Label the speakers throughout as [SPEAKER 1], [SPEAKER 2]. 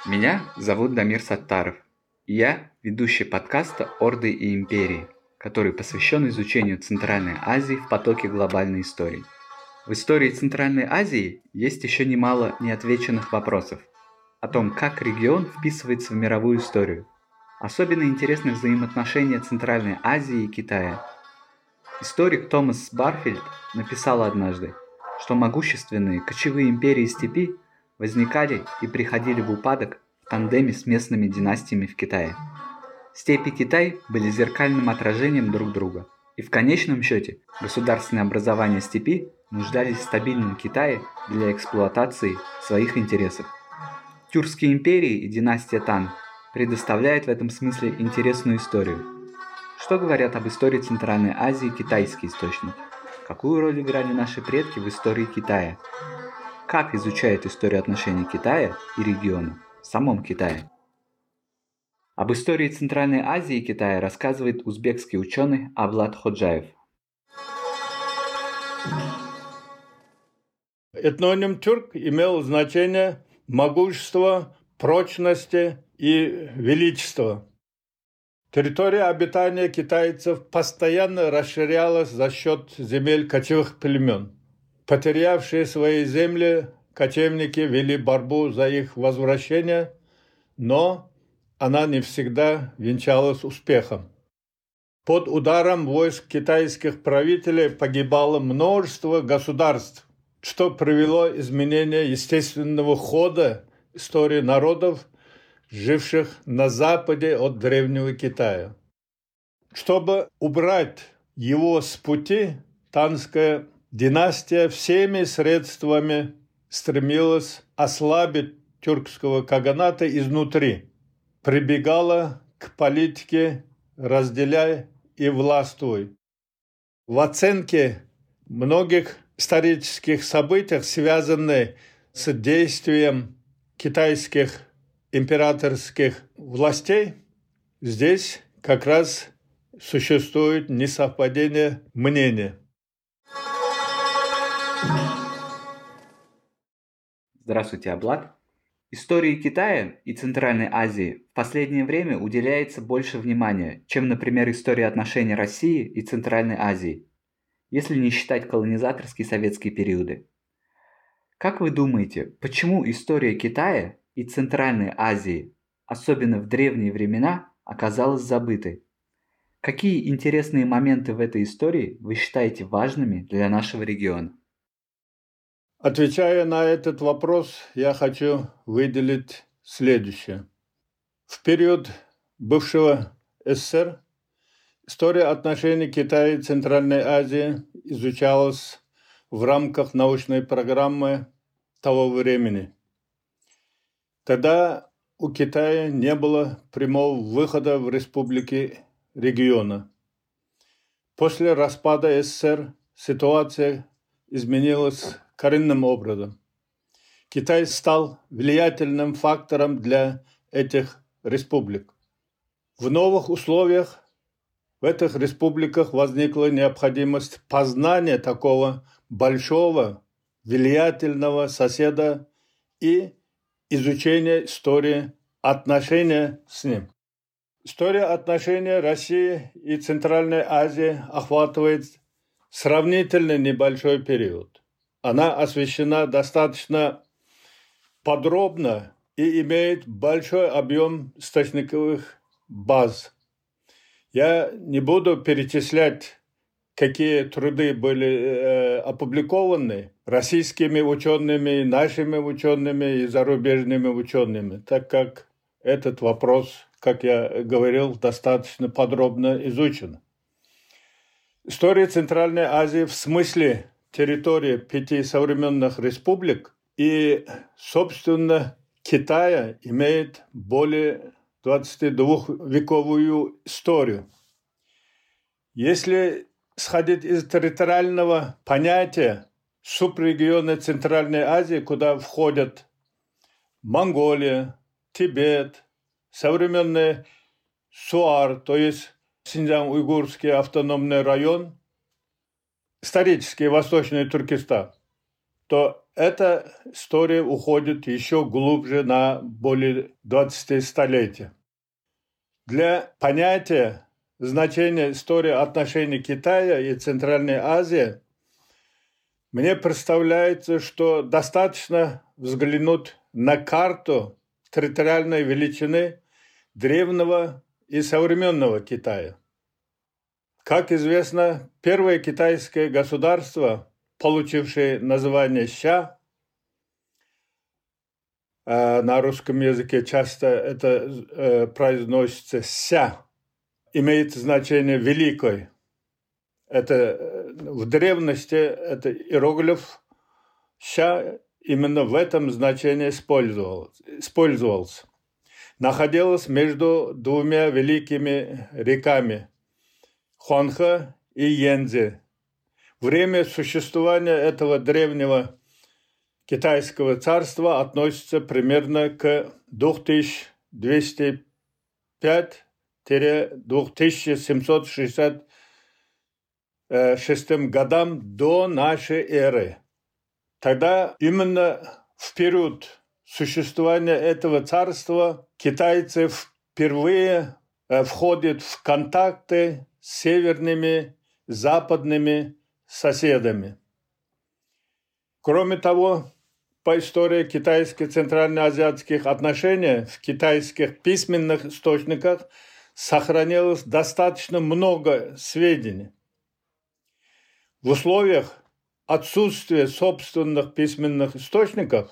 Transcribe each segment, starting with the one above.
[SPEAKER 1] Меня зовут Дамир Саттаров, и я ведущий подкаста «Орды и империи», который посвящен изучению Центральной Азии в потоке глобальной истории. В истории Центральной Азии есть еще немало неотвеченных вопросов о том, как регион вписывается в мировую историю. Особенно интересны взаимоотношения Центральной Азии и Китая. Историк Томас Барфельд написал однажды, что могущественные кочевые империи степи возникали и приходили в упадок в тандеме с местными династиями в Китае. Степь и Китай были зеркальным отражением друг друга, и в конечном счете государственные образования степи нуждались в стабильном Китае для эксплуатации своих интересов. Тюркские империи и династия Тан предоставляют в этом смысле интересную историю. Что говорят об истории Центральной Азии китайские источники? Какую роль играли наши предки в истории Китая? Как изучает историю отношений Китая и региона в самом Китае? Об истории Центральной Азии и Китая рассказывает узбекский ученый Авлад Ходжаев.
[SPEAKER 2] Этноним тюрк имел значение могущества, прочности и величества. Территория обитания китайцев постоянно расширялась за счет земель кочевых племен. Потерявшие свои земли, кочевники вели борьбу за их возвращение, но она не всегда венчалась успехом. Под ударом войск китайских правителей погибало множество государств, что привело к изменению естественного хода истории народов, живших на западе от древнего Китая. Чтобы убрать его с пути, Танская династия всеми средствами стремилась ослабить тюркского каганата изнутри, прибегала к политике «разделяй и властвуй». В оценке многих исторических событий, связанных с действием китайских императорских властей, здесь как раз существует несовпадение мнений.
[SPEAKER 1] Здравствуйте, Аблад. Истории Китая и Центральной Азии в последнее время уделяется больше внимания, чем, например, истории отношений России и Центральной Азии, если не считать колонизаторские советские периоды. Как вы думаете, почему история Китая и Центральной Азии, особенно в древние времена, оказалась забытой? Какие интересные моменты в этой истории вы считаете важными для нашего региона?
[SPEAKER 2] Отвечая на этот вопрос, я хочу выделить следующее. В период бывшего СССР история отношений Китая и Центральной Азии изучалась в рамках научной программы того времени. Тогда у Китая не было прямого выхода в республики региона. После распада СССР ситуация изменилась коренным образом. Китай стал влиятельным фактором для этих республик. В новых условиях в этих республиках возникла необходимость познания такого большого, влиятельного соседа и изучения истории отношения с ним. История отношений России и Центральной Азии охватывает сравнительно небольшой период. Она освещена достаточно подробно и имеет большой объем источниковых баз. Я не буду перечислять, какие труды были опубликованы российскими учеными, нашими учеными и зарубежными учеными, так как этот вопрос, как я говорил, достаточно подробно изучен. История Центральной Азии в смысле территории 5 современных республик и, собственно, Китая имеет более 22-вековую историю. Если исходить из территориального понятия субрегиона Центральной Азии, куда входят Монголия, Тибет, современный СУАР, то есть Синьцзян-Уйгурский автономный район, исторический Восточный Туркестан, то эта история уходит еще глубже на более 20 столетия. Для понятия значения истории отношений Китая и Центральной Азии мне представляется, что достаточно взглянуть на карту территориальной величины древнего и современного Китая. Как известно, первое китайское государство, получившее название Ся, на русском языке часто это произносится «ся», имеет значение «великой». Это в древности это иероглиф «ся» именно в этом значении использовался. Находилась между двумя великими реками Хуанхэ и Янцзы. Время существования этого древнего китайского царства относится примерно к 2205-2766 годам до нашей эры. Тогда именно в период существования этого царства китайцы впервые входят в контакты с северными, западными соседами. Кроме того, по истории китайско-центральноазиатских отношений в китайских письменных источниках сохранилось достаточно много сведений. В условиях отсутствия собственных письменных источников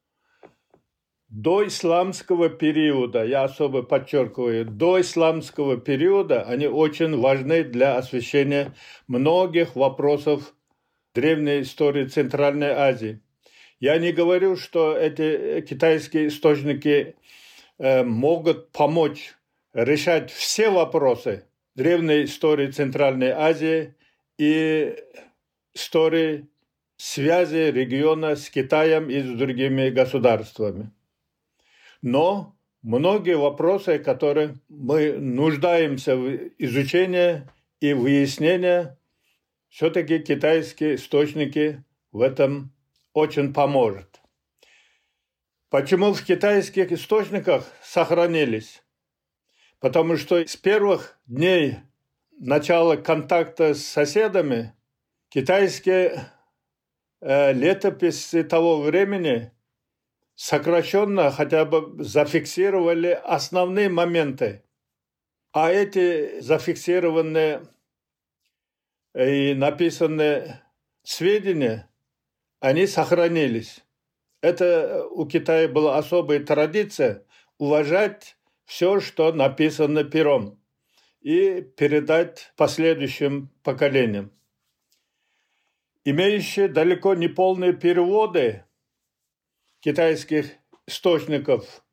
[SPEAKER 2] до исламского периода, я особо подчеркиваю, до исламского периода они очень важны для освещения многих вопросов древней истории Центральной Азии. Я не говорю, что эти китайские источники могут помочь решать все вопросы древней истории Центральной Азии и истории связи региона с Китаем и с другими государствами. Но многие вопросы, которые мы нуждаемся в изучении и выяснении, все-таки китайские источники в этом очень поможет. Почему в китайских источниках сохранились? Потому что с первых дней начала контакта с соседами китайские летописи того времени сокращенно хотя бы зафиксировали основные моменты. А эти зафиксированные и написанные сведения, они сохранились. Это у Китая была особая традиция уважать все, что написано пером, и передать последующим поколениям. Имеющие далеко не полные переводы китайских источников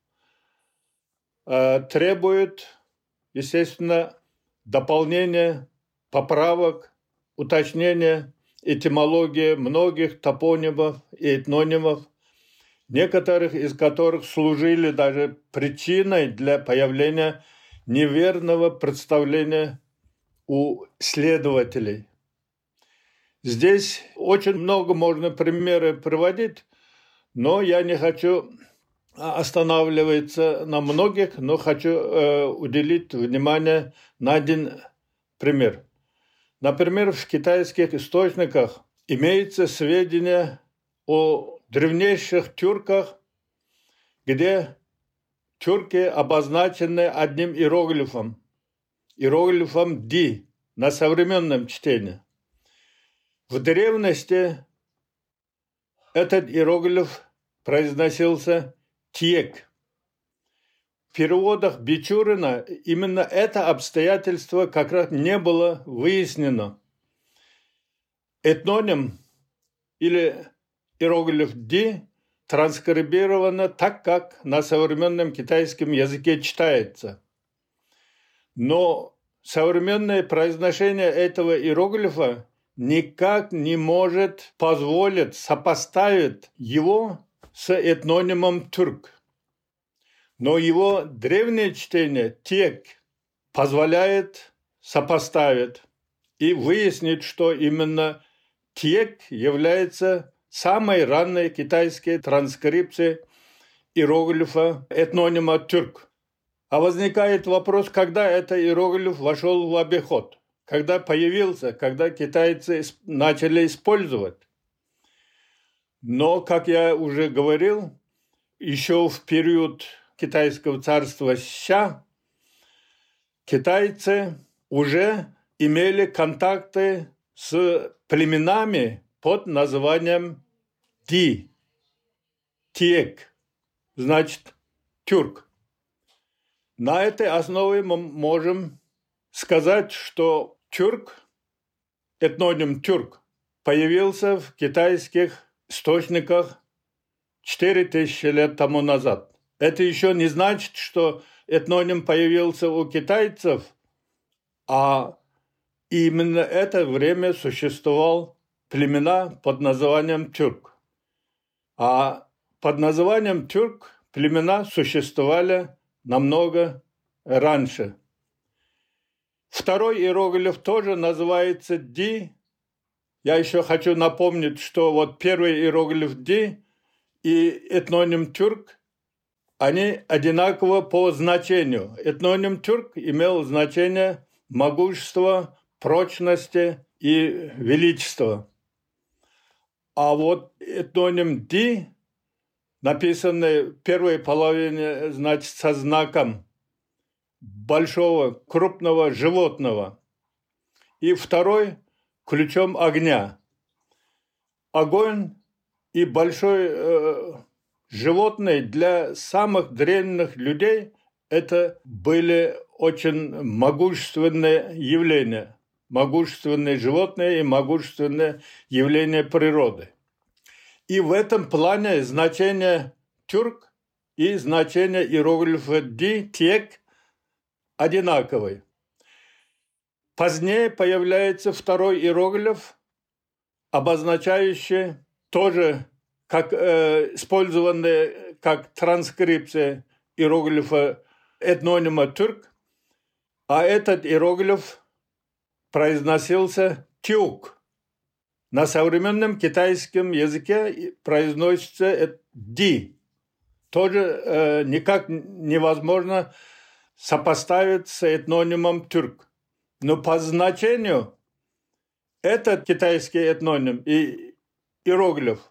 [SPEAKER 2] требуют, естественно, дополнения, поправок, уточнения этимологии многих топонимов и этнонимов, некоторых из которых служили даже причиной для появления неверного представления у следователей. Здесь очень много можно примеров приводить, но я не хочу останавливаться на многих, но хочу уделить внимание на один пример. Например, в китайских источниках имеются сведения о древнейших тюрках, где тюрки обозначены одним иероглифом «ди» на современном чтении. В древности этот иероглиф произносился «тьек». В переводах Бичурина именно это обстоятельство как раз не было выяснено. Этноним или иероглиф «ди» транскрибировано так, как на современном китайском языке читается. Но современное произношение этого иероглифа никак не может позволить сопоставить его с этнонимом «тюрк». Но его древнее чтение «тек» позволяет сопоставить и выяснить, что именно «тек» является самой ранней китайской транскрипции иероглифа этнонима тюрк. А возникает вопрос, когда этот иероглиф вошел в обиход, когда появился, когда китайцы начали использовать. Но, как я уже говорил, еще в период китайского царства Ся китайцы уже имели контакты с племенами под названием Ди, Тиек, значит, тюрк. На этой основе мы можем сказать, что тюрк, этноним тюрк, появился в китайских источниках 4000 лет тому назад. Это еще не значит, что этноним появился у китайцев, а именно это время существовал племена под названием тюрк. А под названием тюрк племена существовали намного раньше. Второй иероглиф тоже называется Ди. Я еще хочу напомнить, что вот первый иероглиф Ди и этноним тюрк, они одинаковы по значению. Этноним тюрк имел значение могущества, прочности и величества. А вот этноним Ди, написанный в первой половине, значит, со знаком большого, крупного животного, и второй ключом огня. Огонь и большой животное для самых древних людей это были очень могущественные явления, могущественные животные и могущественные явления природы. И в этом плане значение тюрк и значение иероглифа Ди, Тек одинаковые. Позднее появляется второй иероглиф, обозначающий тоже как использованный как транскрипция иероглифа этнонима тюрк, а этот иероглиф произносился тюк. На современном китайском языке произносится ди. Тоже никак невозможно сопоставить с этнонимом тюрк. Но по значению этот китайский этноним и иероглиф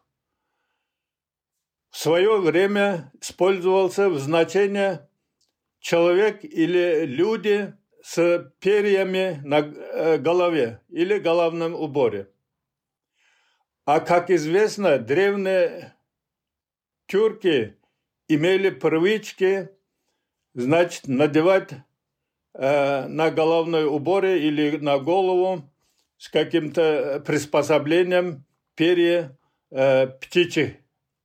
[SPEAKER 2] в свое время использовался в значении человек или люди с перьями на голове или головном уборе. А как известно, древние тюрки имели привычки, значит, надевать на головной уборе или на голову с каким-то приспособлением перья птицы,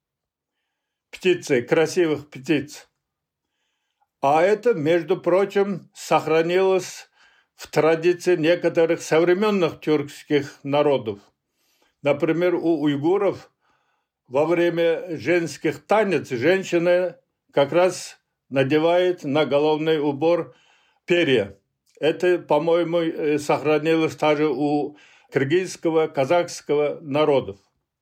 [SPEAKER 2] красивых птиц. А это, между прочим, сохранилось в традиции некоторых современных тюркских народов. Например, у уйгуров во время женских танцев женщина как раз надевает на головной убор перья. Это, по-моему, сохранилось также у киргизского, казахского народов.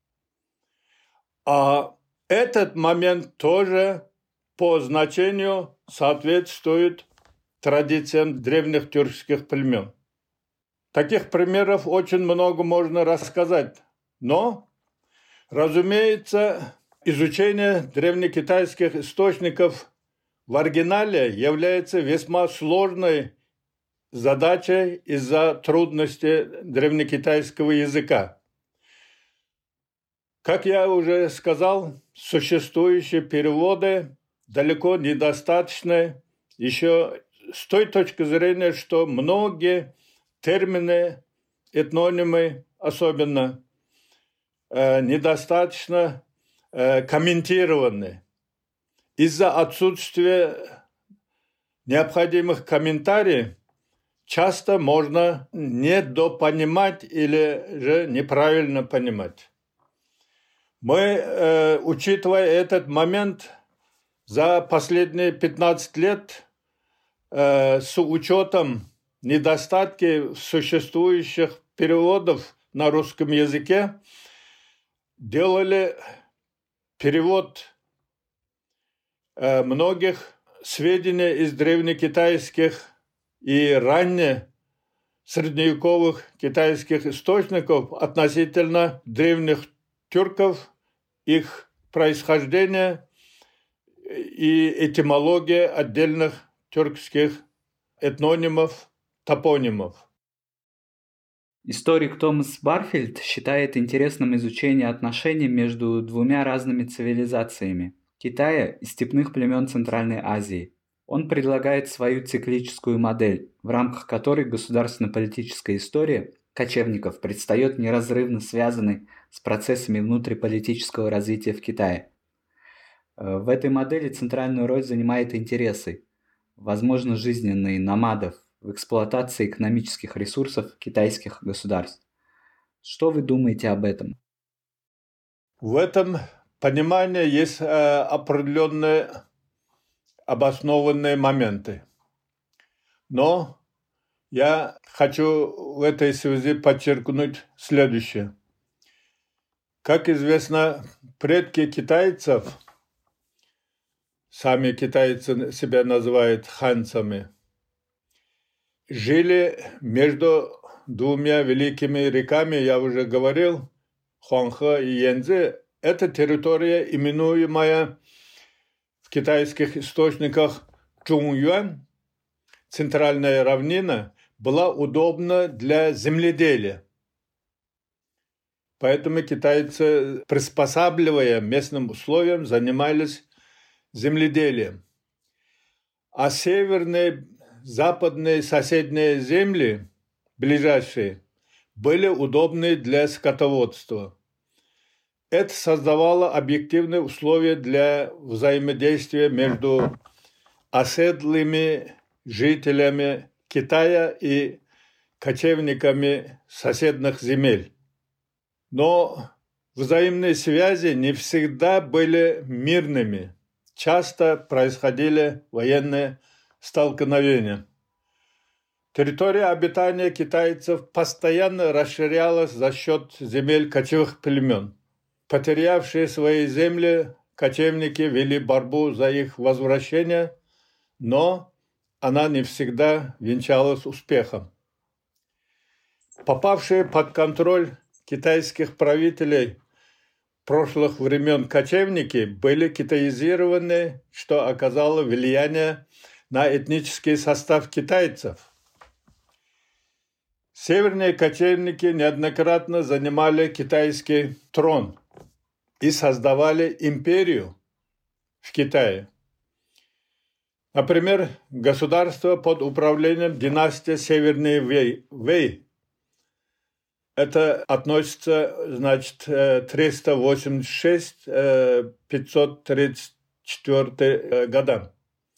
[SPEAKER 2] А этот момент тоже по значению соответствует традициям древних тюркских племен. Таких примеров очень много можно рассказать, но, разумеется, изучение древнекитайских источников в оригинале является весьма сложной задачей из-за трудностей древнекитайского языка. Как я уже сказал, существующие переводы далеко недостаточны еще с той точки зрения, что многие термины, этнонимы особенно, недостаточно комментированы. Из-за отсутствия необходимых комментариев часто можно недопонимать или же неправильно понимать. Мы, учитывая этот момент, за последние 15 лет с учетом недостатки существующих переводов на русском языке делали перевод многих сведений из древнекитайских и средневековых китайских источников относительно древних тюрков, их происхождение и этимология отдельных тюркских этнонимов, топонимов.
[SPEAKER 1] Историк Томас Барфельд считает интересным изучение отношений между двумя разными цивилизациями – Китая и степных племен Центральной Азии. Он предлагает свою циклическую модель, в рамках которой государственно-политическая история кочевников предстает неразрывно связанной с процессами внутриполитического развития в Китае. В этой модели центральную роль занимают интересы, возможно, жизненные номадов в эксплуатации экономических ресурсов китайских государств. Что вы думаете об этом?
[SPEAKER 2] В этом понимании есть определенные обоснованные моменты. Но я хочу в этой связи подчеркнуть следующее. Как известно, предки китайцев, сами китайцы себя называют ханцами, жили между двумя великими реками, я уже говорил, Хуанхэ и Янцзы. Это территория, именуемая в китайских источниках Чжуньюань, центральная равнина, была удобна для земледелия. Поэтому китайцы, приспосабливая местным условиям, занимались земледелием. А северные, западные соседние земли, ближайшие, были удобны для скотоводства. Это создавало объективные условия для взаимодействия между оседлыми жителями Китая и кочевниками соседних земель. Но взаимные связи не всегда были мирными. Часто происходили военные столкновения. Территория обитания китайцев постоянно расширялась за счет земель кочевых племен. Потерявшие свои земли, кочевники вели борьбу за их возвращение, но она не всегда венчалась успехом. Попавшие под контроль китайских правителей прошлых времен кочевники были китаизированы, что оказало влияние на этнический состав китайцев. Северные кочевники неоднократно занимали китайский трон и создавали империю в Китае. Например, государство под управлением династии Северный Вэй. Это относится, 386-534 годам.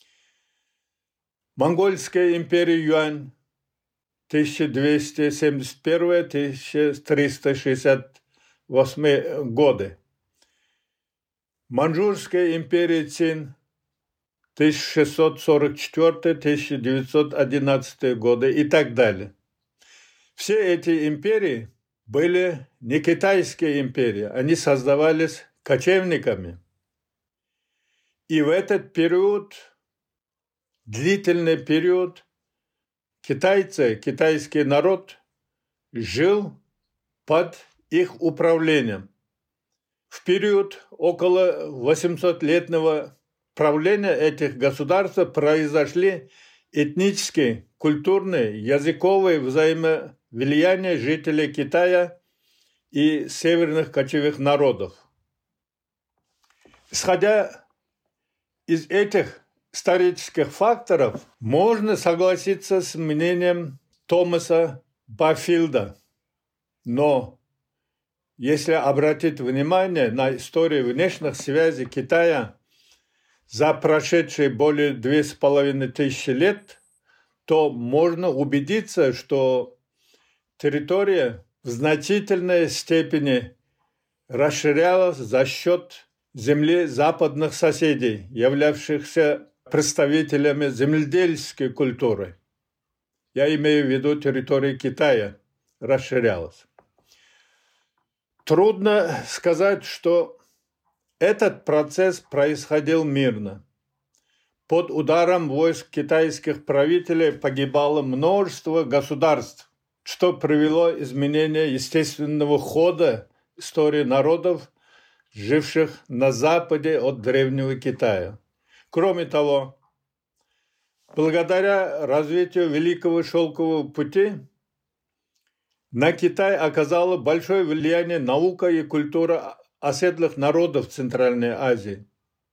[SPEAKER 2] Монгольская империя Юань 1271-1368 годы. Маньчжурская империя Цин 1644-1911 годы и так далее. Все эти империи были не китайские империи, они создавались кочевниками. И в этот период, длительный период, китайский народ жил под их управлением. В период около 800-летнего правления этих государств произошли этнические, культурные, языковые взаимовлияния жителей Китая и северных кочевых народов. Исходя из этих исторических факторов, можно согласиться с мнением Томаса Барфельда. Но если обратить внимание на историю внешних связей Китая за прошедшие более 2500 лет, то можно убедиться, что территория в значительной степени расширялась за счет земли западных соседей, являвшихся представителями земледельческой культуры. Я имею в виду территорию Китая расширялась. Трудно сказать, что этот процесс происходил мирно. Под ударом войск китайских правителей погибало множество государств, что привело к изменению естественного хода истории народов, живших на западе от Древнего Китая. Кроме того, благодаря развитию Великого Шелкового пути на Китай оказало большое влияние наука и культура оседлых народов Центральной Азии.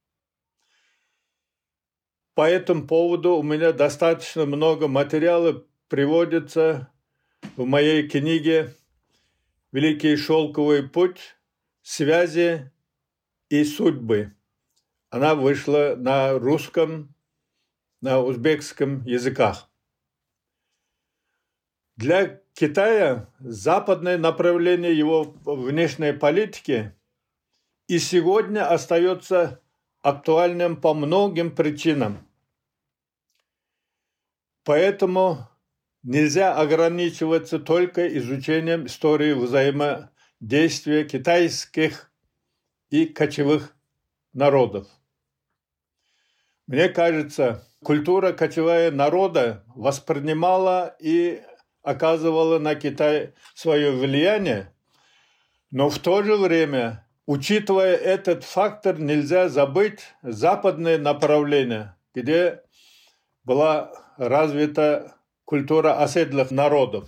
[SPEAKER 2] По этому поводу у меня достаточно много материала приводится в моей книге «Великий шелковый путь. Связи и судьбы». Она вышла на русском, на узбекском языках. Для Китая западное направление его внешней политики и сегодня остается актуальным по многим причинам. Поэтому нельзя ограничиваться только изучением истории взаимодействия китайских и кочевых народов. Мне кажется, культура кочевая народа воспринимала и оказывала на Китай свое влияние, но в то же время, учитывая этот фактор, нельзя забыть западное направление, где была развита культура оседлых народов.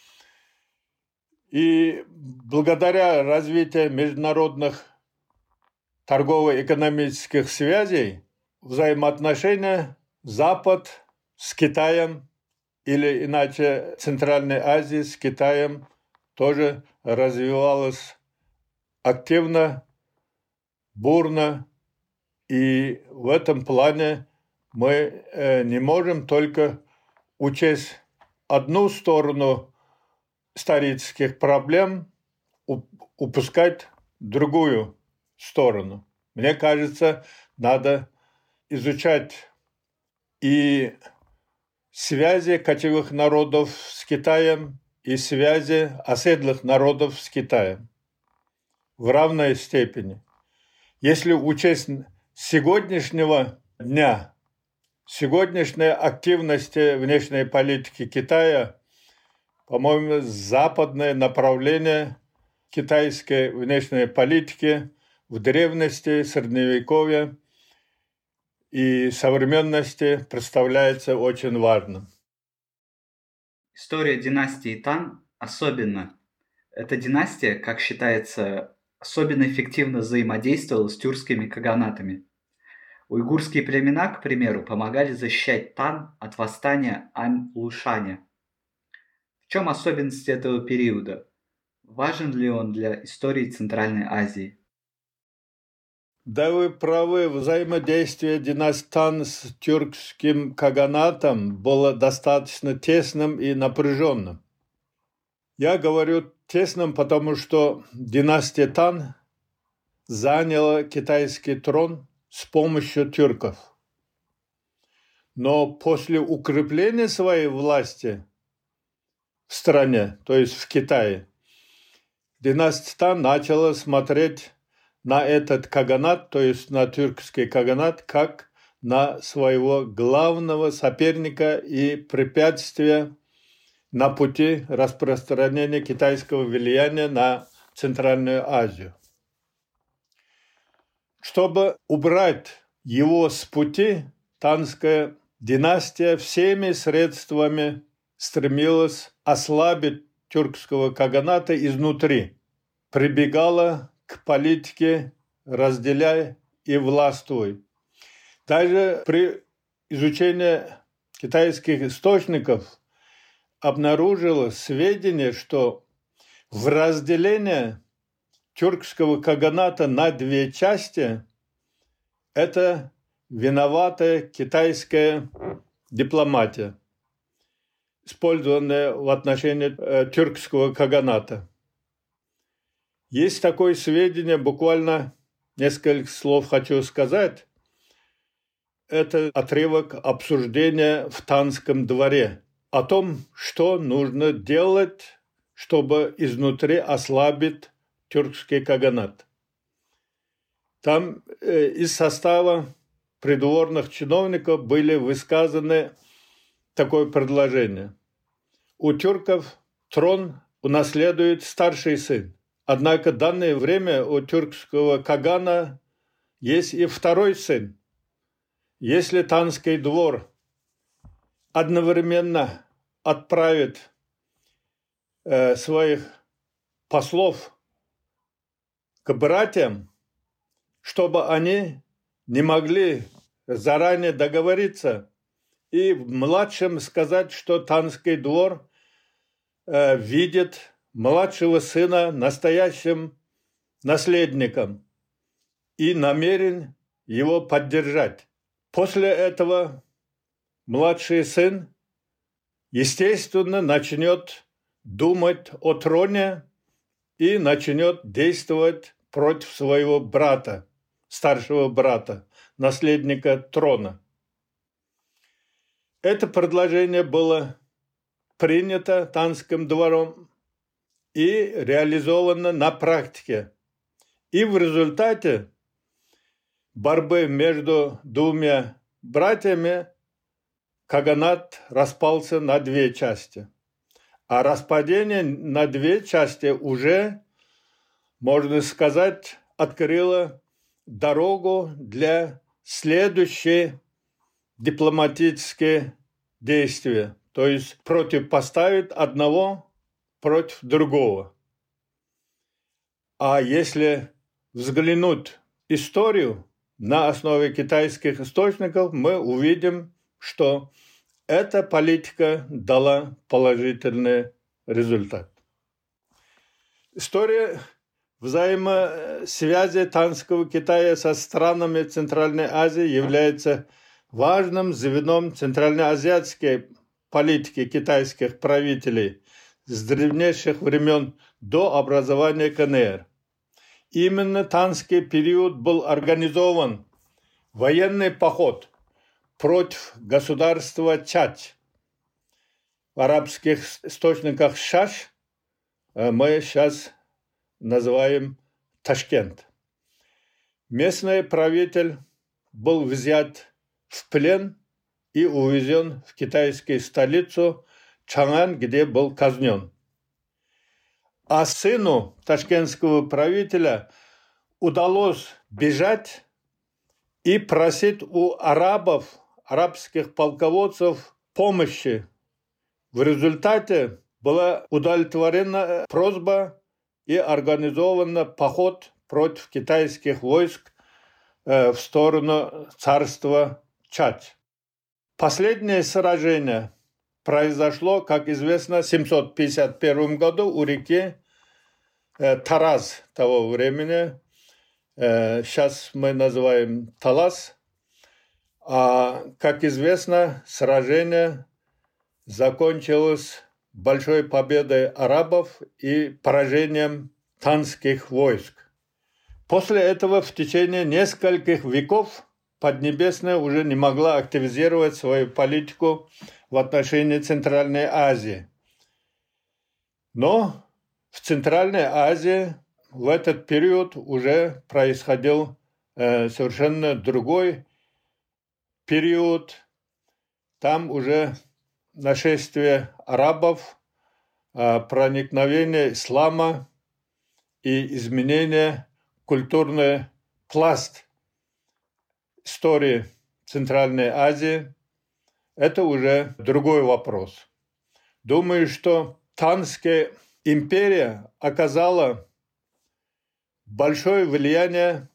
[SPEAKER 2] И благодаря развитию международных торгово-экономических связей взаимоотношения Запад с Китаем или иначе Центральной Азии с Китаем тоже развивалось активно, бурно. И в этом плане мы не можем только учесть одну сторону исторических проблем, упускать другую сторону. Мне кажется, надо изучать и связи кочевых народов с Китаем, и связи оседлых народов с Китаем в равной степени. Если учесть сегодняшнего дня, сегодняшней активности внешней политики Китая, по-моему, западное направление китайской внешней политики в древности, средневековье и современности представляется очень важным.
[SPEAKER 1] История династии Тан особенно. Эта династия, как считается, особенно эффективно взаимодействовала с тюркскими каганатами. Уйгурские племена, к примеру, помогали защищать Тан от восстания Ань-Лушаня. В чем особенность этого периода? Важен ли он для истории Центральной Азии?
[SPEAKER 2] Да, вы правы, взаимодействие династии Тан с тюркским каганатом было достаточно тесным и напряженным. Я говорю тесным, потому что династия Тан заняла китайский трон с помощью тюрков. Но после укрепления своей власти в стране, то есть в Китае, династия Тан начала смотреть на этот каганат, то есть на тюркский каганат, как на своего главного соперника и препятствия на пути распространения китайского влияния на Центральную Азию. Чтобы убрать его с пути, танская династия всеми средствами стремилась ослабить тюркского каганата изнутри, прибегала к политике «разделяй и властвуй». Даже при изучении китайских источников обнаружилось сведения, что в разделении тюркского каганата на две части это виноватая китайская дипломатия, использованная в отношении тюркского каганата. Есть такое сведение, буквально несколько слов хочу сказать. Это отрывок обсуждения в Танском дворе о том, что нужно делать, чтобы изнутри ослабить тюркский каганат. Там из состава придворных чиновников были высказаны такое предложение. У тюрков трон унаследует старший сын. Однако в данное время у тюркского кагана есть и второй сын. Если Танский двор одновременно отправит своих послов к братьям, чтобы они не могли заранее договориться и младшим сказать, что Танский двор видит младшего сына настоящим наследником и намерен его поддержать. После этого младший сын, естественно, начнет думать о троне и начнет действовать против своего брата, старшего брата, наследника трона. Это предложение было принято Танским двором и реализовано на практике. И в результате борьбы между двумя братьями каганат распался на две части. А распадение на две части уже, можно сказать, открыло дорогу для следующих дипломатических действий, то есть противопоставить одного против другого. А если взглянуть историю на основе китайских источников, мы увидим, что эта политика дала положительный результат. История взаимосвязи Танского Китая со странами Центральной Азии является важным звеном центральноазиатской политики китайских правителей с древнейших времен до образования КНР. Именно Танский период был организован военный поход против государства Чач. В арабских источниках Шаш мы сейчас называем Ташкент. Местный правитель был взят в плен и увезен в китайскую столицу Чанг'ан, где был казнен. А сыну ташкентского правителя удалось бежать и просить у арабских полководцев помощи. В результате была удовлетворена просьба и организован поход против китайских войск в сторону царства Чач. Последнее сражение произошло, как известно, в 751 году у реки Тараз того времени. Сейчас мы называем Талас. А, как известно, сражение закончилось большой победой арабов и поражением танских войск. После этого в течение нескольких веков Поднебесная уже не могла активизировать свою политику в отношении Центральной Азии. Но в Центральной Азии в этот период уже происходил совершенно другой период. Там уже нашествие арабов, проникновение ислама и изменение культурный пласт истории Центральной Азии – это уже другой вопрос. Думаю, что Танская империя оказала большое влияние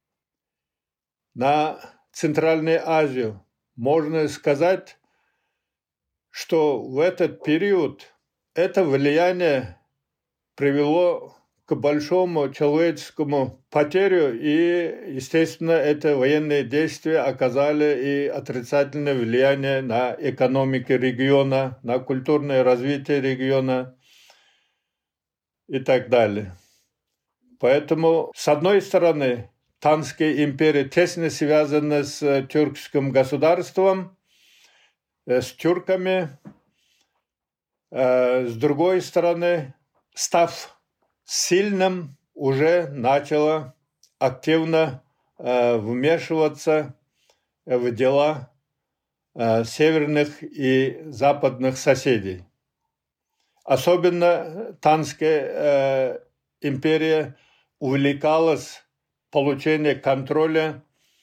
[SPEAKER 2] на Центральную Азию. Можно сказать, что в этот период это влияние привело к большому человеческому потерю, и, естественно, это военные действия оказали и отрицательное влияние на экономику региона, на культурное развитие региона и так далее. Поэтому, с одной стороны, Танская империя тесно связана с тюркским государством, с тюрками. С другой стороны, став сильным, уже начало активно вмешиваться в дела северных и западных соседей. Особенно Танская империя увлекалась получением контроля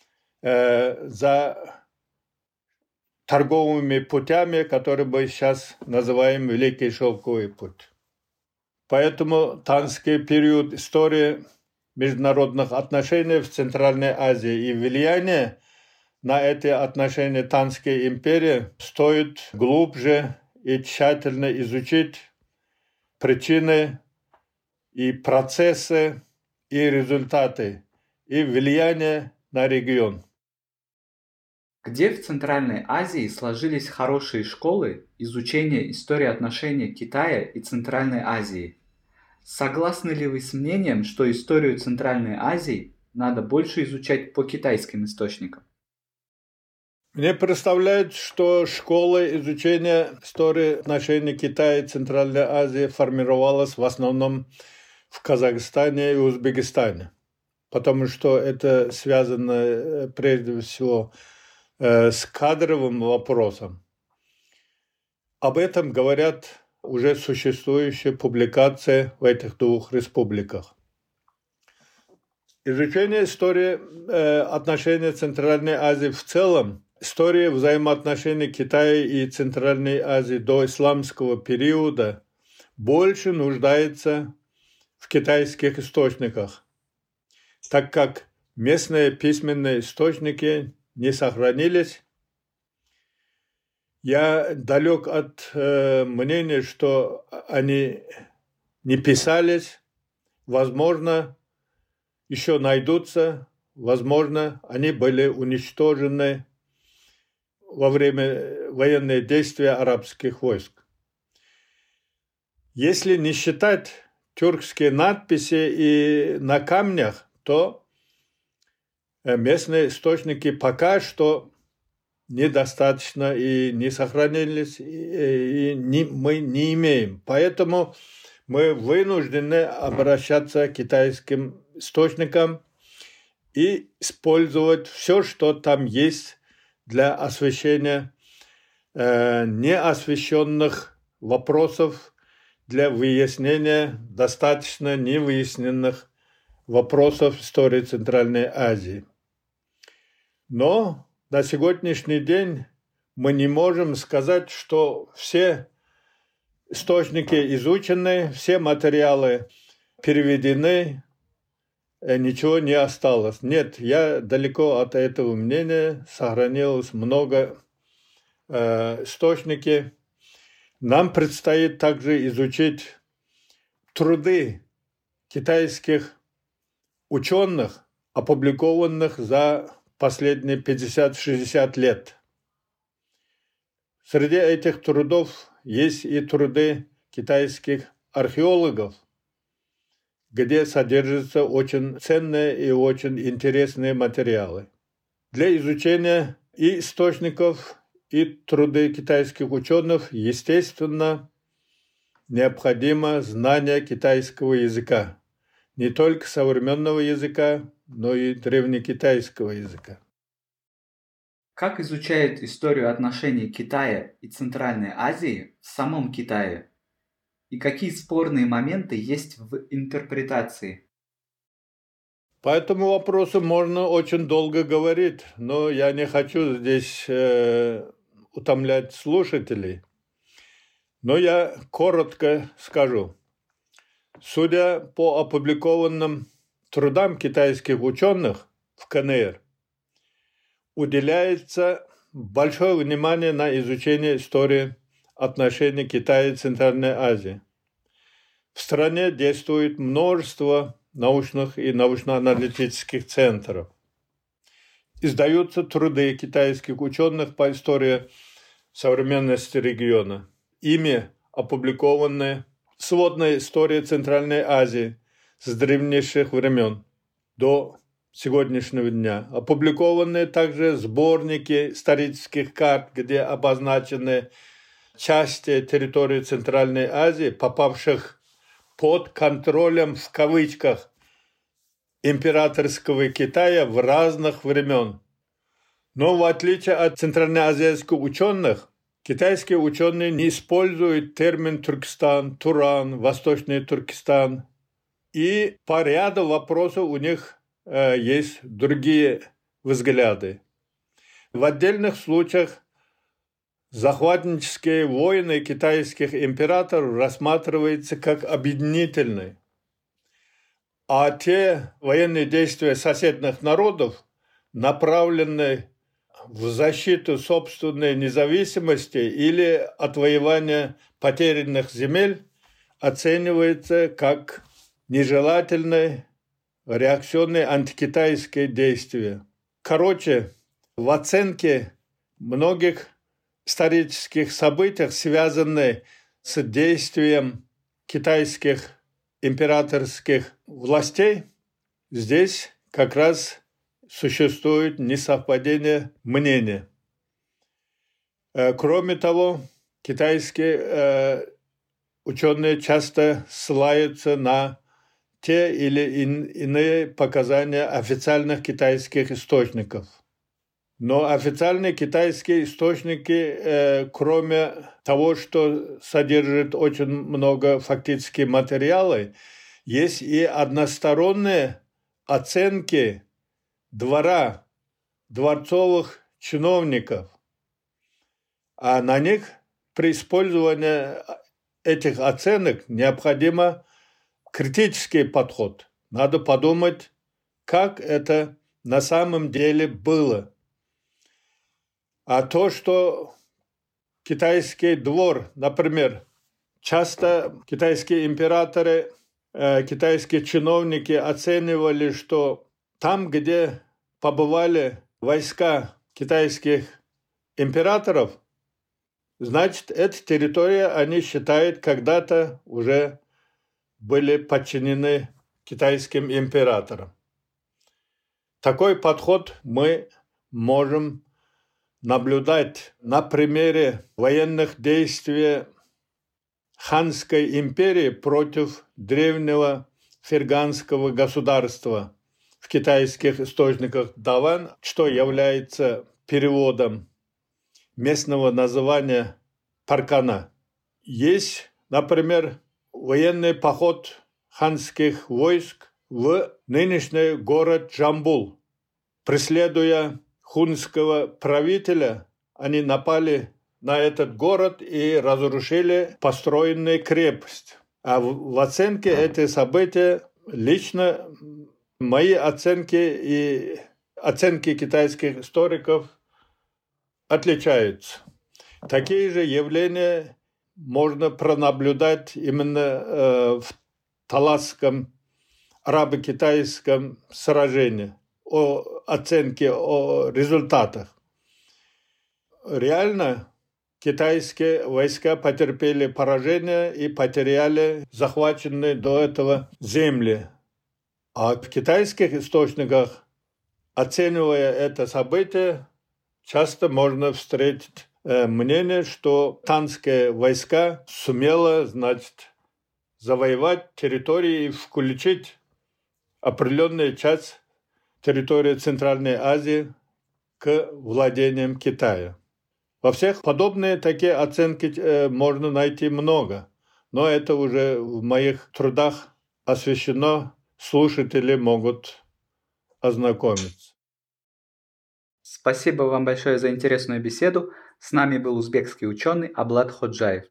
[SPEAKER 2] за торговыми путями, которые мы сейчас называем Великий Шелковый путь. Поэтому танский период истории международных отношений в Центральной Азии и влияние на эти отношения Танской империи стоит глубже и тщательно изучить причины и процессы и результаты и влияние на регион.
[SPEAKER 1] Где в Центральной Азии сложились хорошие школы изучения истории отношений Китая и Центральной Азии? Согласны ли вы с мнением, что историю Центральной Азии надо больше изучать по китайским источникам?
[SPEAKER 2] Мне представляется, что школа изучения истории отношений Китая и Центральной Азии формировалась в основном в Казахстане и Узбекистане, потому что это связано прежде всего с кадровым вопросом. Об этом говорят уже существующие публикации в этих двух республиках. Изучение истории отношений Центральной Азии в целом, история взаимоотношений Китая и Центральной Азии до исламского периода больше нуждается в китайских источниках, так как местные письменные источники не сохранились. Я далек от мнения, что они не писались. Возможно, еще найдутся. Возможно, они были уничтожены во время военных действий арабских войск. Если не считать тюркские надписи и на камнях, то местные источники пока что недостаточно и не сохранились, мы не имеем. Поэтому мы вынуждены обращаться к китайским источникам и использовать все, что там есть для освещения неосвещенных вопросов, для выяснения достаточно невыясненных вопросов истории Центральной Азии. Но на сегодняшний день мы не можем сказать, что все источники изучены, все материалы переведены, ничего не осталось. Нет, я далеко от этого мнения, сохранилось много источников. Нам предстоит также изучить труды китайских ученых, опубликованных за последние 50-60 лет. Среди этих трудов есть и труды китайских археологов, где содержатся очень ценные и очень интересные материалы. Для изучения и источников, и труды китайских ученых, естественно, необходимо знание китайского языка. Не только современного языка, но и древнекитайского языка.
[SPEAKER 1] Как изучают историю отношений Китая и Центральной Азии в самом Китае? И какие спорные моменты есть в интерпретации?
[SPEAKER 2] По этому вопросу можно очень долго говорить, но я не хочу здесь утомлять слушателей. Но я коротко скажу. Судя по опубликованным трудам китайских ученых в КНР, уделяется большое внимание на изучение истории отношений Китая и Центральной Азии. В стране действует множество научных и научно-аналитических центров. Издаются труды китайских ученых по истории современности региона. Ими опубликованы сводная история Центральной Азии с древнейших времен до сегодняшнего дня. Опубликованы также сборники исторических карт, где обозначены части территории Центральной Азии, попавших под контролем, в кавычках, императорского Китая в разных времен. Но в отличие от центральноазиатских ученых, китайские ученые не используют термин Туркестан, Туран, Восточный Туркестан. И по ряду вопросов у них есть другие взгляды. В отдельных случаях захватнические войны китайских императоров рассматриваются как объединительные. А те военные действия соседних народов, направленные в защиту собственной независимости или отвоевания потерянных земель, оцениваются как нежелательные реакционные антикитайские действия. Короче, в оценке многих исторических событий, связанных с действием китайских императорских властей, здесь как раз существует несовпадение мнений. Кроме того, китайские ученые часто ссылаются на те или иные показания официальных китайских источников. Но официальные китайские источники, кроме того, что содержат очень много фактических материалов, есть и односторонние оценки двора, дворцовых чиновников. А на них при использовании этих оценок необходимо критический подход. Надо подумать, как это на самом деле было. А то, что китайский двор, например, часто китайские императоры, китайские чиновники оценивали, что там, где побывали войска китайских императоров, значит, эта территория, они считают, когда-то уже были подчинены китайским императорам. Такой подход мы можем наблюдать на примере военных действий Ханской империи против древнего ферганского государства в китайских источниках Даван, что является переводом местного названия Паркана. Есть, например, военный поход ханских войск в нынешний город Джамбул. Преследуя хунского правителя, они напали на этот город и разрушили построенную крепость. А в оценке этих событий лично мои оценки и оценки китайских историков отличаются. Такие же явления можно пронаблюдать именно в Таласском арабо-китайском сражении, о оценке, о результатах. Реально китайские войска потерпели поражение и потеряли захваченные до этого земли. А в китайских источниках, оценивая это событие, часто можно встретить мнение, что танские войска сумела, значит, завоевать территории и включить определенную часть территории Центральной Азии к владениям Китая. Во всех подобные такие оценки можно найти много, но это уже в моих трудах освещено, слушатели могут ознакомиться.
[SPEAKER 1] Спасибо вам большое за интересную беседу. С нами был узбекский ученый Аблат Ходжаев.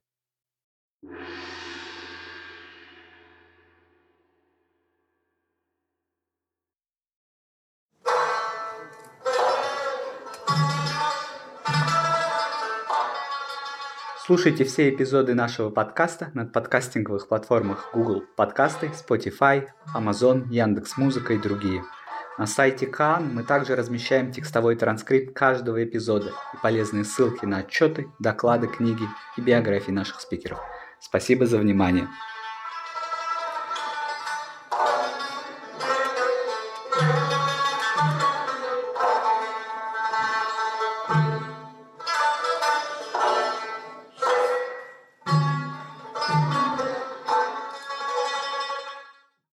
[SPEAKER 1] Слушайте все эпизоды нашего подкаста на подкастинговых платформах Google Подкасты, Spotify, Amazon, Яндекс.Музыка и другие. На сайте Каан мы также размещаем текстовой транскрипт каждого эпизода и полезные ссылки на отчеты, доклады, книги и биографии наших спикеров. Спасибо за внимание.